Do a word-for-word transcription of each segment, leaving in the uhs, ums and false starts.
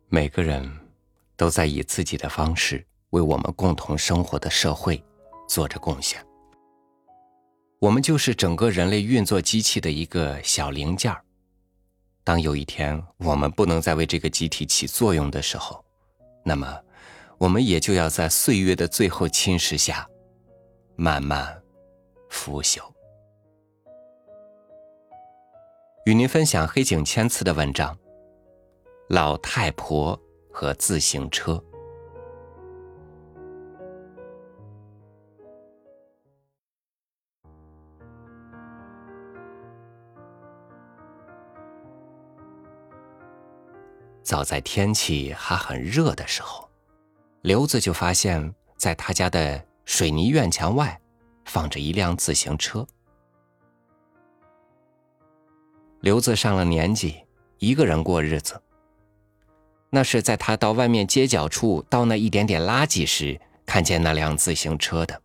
每个人都在以自己的方式为我们共同生活的社会做着贡献。我们就是整个人类运作机器的一个小零件儿。当有一天我们不能再为这个集体起作用的时候，那么我们也就要在岁月的最后侵蚀下慢慢腐朽。与您分享黑井千次的文章《老太婆和自行车》。早在天气还很热的时候，刘子就发现在他家的水泥院墙外放着一辆自行车。刘子上了年纪，一个人过日子。那是在他到外面街角处倒那一点点垃圾时，看见那辆自行车的。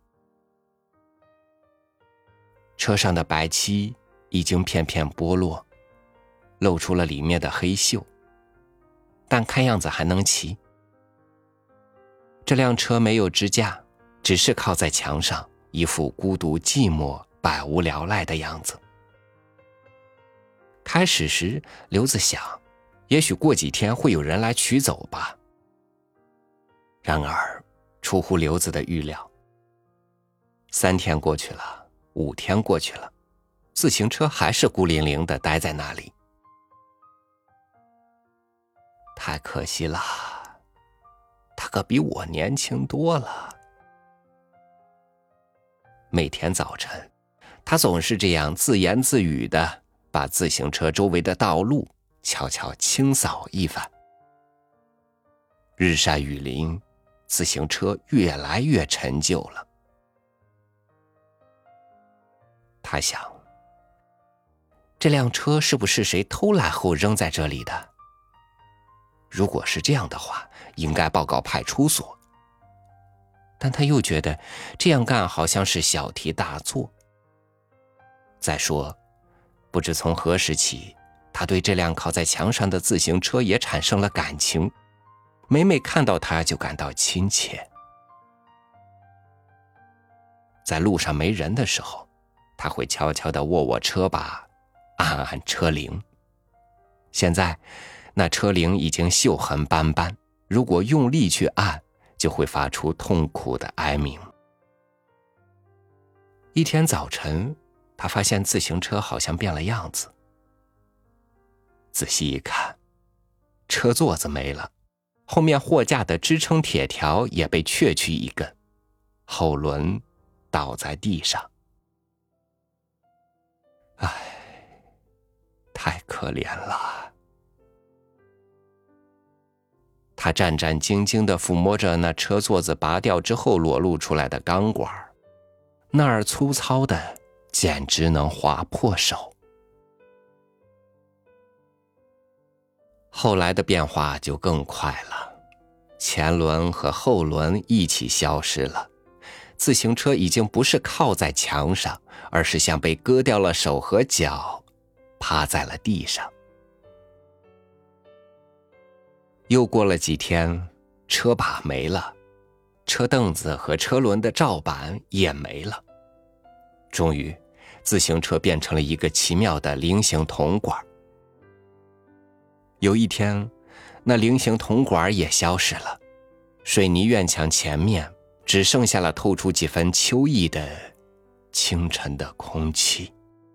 车上的白漆已经片片剥落，露出了里面的黑锈，但看样子还能骑。这辆车没有支架，只是靠在墙上，一副孤独寂寞、百无聊赖的样子。开始时，刘子想，也许过几天会有人来取走吧。然而，出乎刘子的预料，三天过去了，五天过去了，自行车还是孤零零地待在那里。太可惜了，他可比我年轻多了。每天早晨，他总是这样自言自语地把自行车周围的道路悄悄清扫一番。日晒雨淋，自行车越来越陈旧了。他想，这辆车是不是谁偷来后扔在这里的？如果是这样的话，应该报告派出所。但他又觉得这样干好像是小题大做。再说，不知从何时起，他对这辆靠在墙上的自行车也产生了感情，每每看到它就感到亲切。在路上没人的时候，他会悄悄地握握车把，按按车铃。现在那车铃已经锈痕斑斑，如果用力去按，就会发出痛苦的哀鸣。一天早晨，他发现自行车好像变了样子。仔细一看，车座子没了，后面货架的支撑铁条也被确去一根，后轮倒在地上。唉，太可怜了。他战战兢兢地抚摸着那车座子拔掉之后裸露出来的钢管，那儿粗糙的简直能划破手。后来的变化就更快了，前轮和后轮一起消失了，自行车已经不是靠在墙上，而是像被割掉了手和脚，趴在了地上。又过了几天，车把没了，车凳子和车轮的罩板也没了。终于，自行车变成了一个奇妙的菱形铜管。有一天，那菱形铜管也消失了，水泥院墙前面只剩下了透出几分秋意的清晨的空气。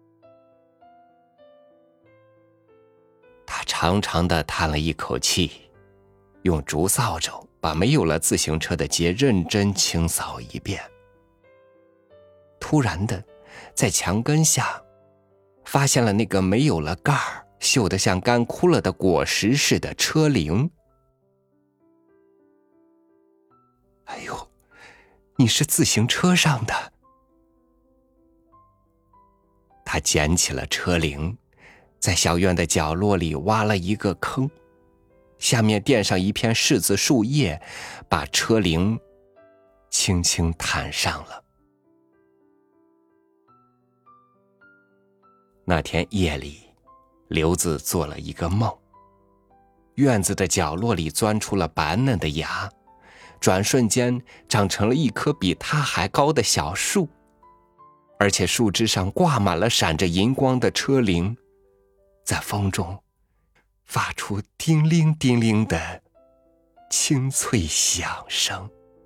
他长长地叹了一口气，用竹扫帚把没有了自行车的街认真清扫一遍。突然的，在墙根下发现了那个没有了盖儿、锈得像干枯了的果实似的车铃。哎呦，你是自行车上的。他捡起了车铃，在小院的角落里挖了一个坑，下面垫上一片柿子树叶，把车铃轻轻弹上了。那天夜里，刘子做了一个梦， 院子的角落里钻出了白嫩的芽，转瞬间长成了一棵比它还高的小树，而且树枝上挂满了闪着银光的车铃，在风中发出叮铃叮铃的清脆响声。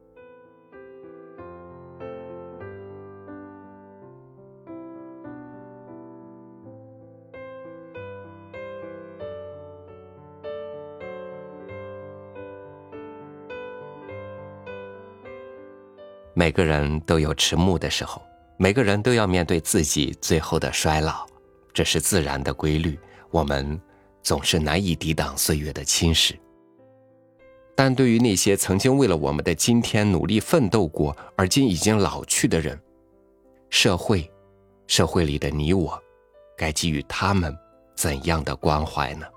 每个人都有迟暮的时候，每个人都要面对自己最后的衰老，这是自然的规律，我们总是难以抵挡岁月的侵蚀。但对于那些曾经为了我们的今天努力奋斗过，而今已经老去的人，社会，社会里的你我，该给予他们怎样的关怀呢？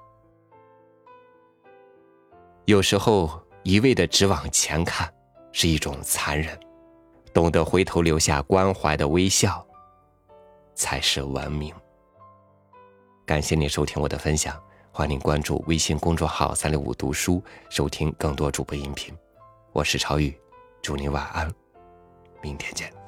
有时候，一味地只往前看，是一种残忍。懂得回头留下关怀的微笑，才是文明。感谢你收听我的分享，欢迎关注微信公众号三六五读书，收听更多主播音频。我是超宇，祝你晚安，明天见。